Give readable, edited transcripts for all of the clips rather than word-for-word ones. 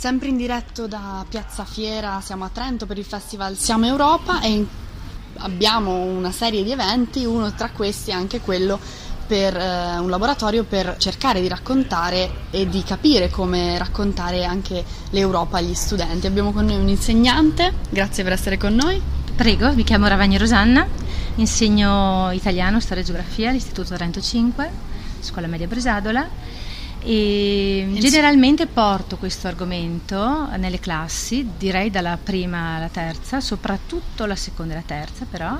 Sempre in diretto da Piazza Fiera, siamo a Trento per il Festival Siamo Europa e abbiamo una serie di eventi, uno tra questi è anche quello per un laboratorio per cercare di raccontare e di capire come raccontare anche l'Europa agli studenti. Abbiamo con noi un insegnante, grazie per essere con noi. Prego, mi chiamo Ravagni Rosanna, insegno italiano, storia e geografia all'Istituto Trento 5, Scuola Media Bresadola. E generalmente porto questo argomento nelle classi, direi dalla prima alla terza, soprattutto la seconda e la terza però,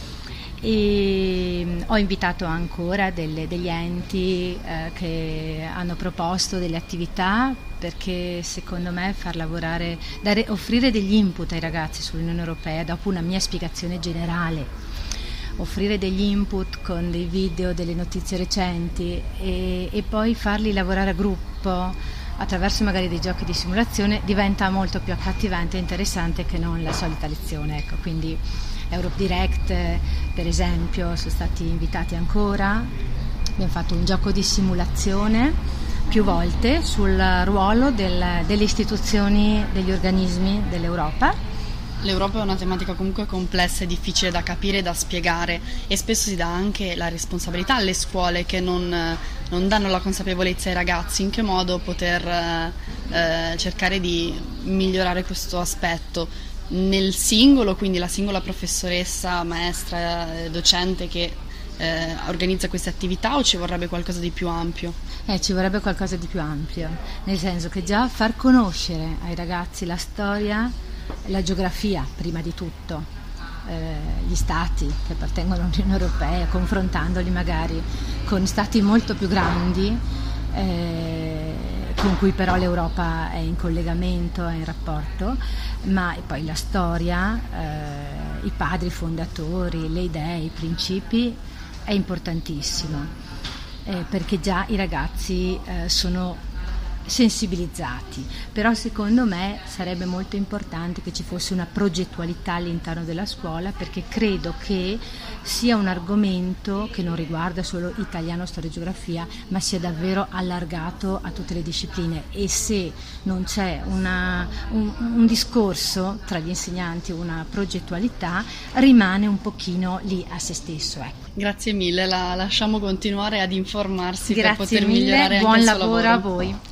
e ho invitato ancora degli enti che hanno proposto delle attività, perché secondo me far lavorare, offrire degli input ai ragazzi sull'Unione Europea dopo una mia spiegazione generale, offrire degli input con dei video, delle notizie recenti e poi farli lavorare a gruppo attraverso magari dei giochi di simulazione diventa molto più accattivante e interessante che non la solita lezione. Ecco, quindi Europe Direct per esempio sono stati invitati ancora, abbiamo fatto un gioco di simulazione più volte sul ruolo delle istituzioni, degli organismi dell'Europa. L'Europa è una tematica comunque complessa e difficile da capire e da spiegare, e spesso si dà anche la responsabilità alle scuole che non danno la consapevolezza ai ragazzi in che modo poter cercare di migliorare questo aspetto nel singolo, quindi la singola professoressa, maestra, docente che organizza queste attività, o ci vorrebbe qualcosa di più ampio? Ci vorrebbe qualcosa di più ampio, nel senso che già far conoscere ai ragazzi la storia, la geografia prima di tutto, gli stati che appartengono all'Unione Europea, confrontandoli magari con stati molto più grandi con cui però l'Europa è in collegamento, è in rapporto, ma poi la storia, i padri fondatori, le idee, i principi è importantissimo, perché già i ragazzi sono sensibilizzati, però secondo me sarebbe molto importante che ci fosse una progettualità all'interno della scuola, perché credo che sia un argomento che non riguarda solo italiano, storia e geografia, ma sia davvero allargato a tutte le discipline, e se non c'è un discorso tra gli insegnanti, una progettualità, rimane un pochino lì a se stesso. Ecco. Grazie mille, la lasciamo continuare ad informarsi. Grazie per poter mille, migliorare buon anche il suo lavoro lavoro. a voi.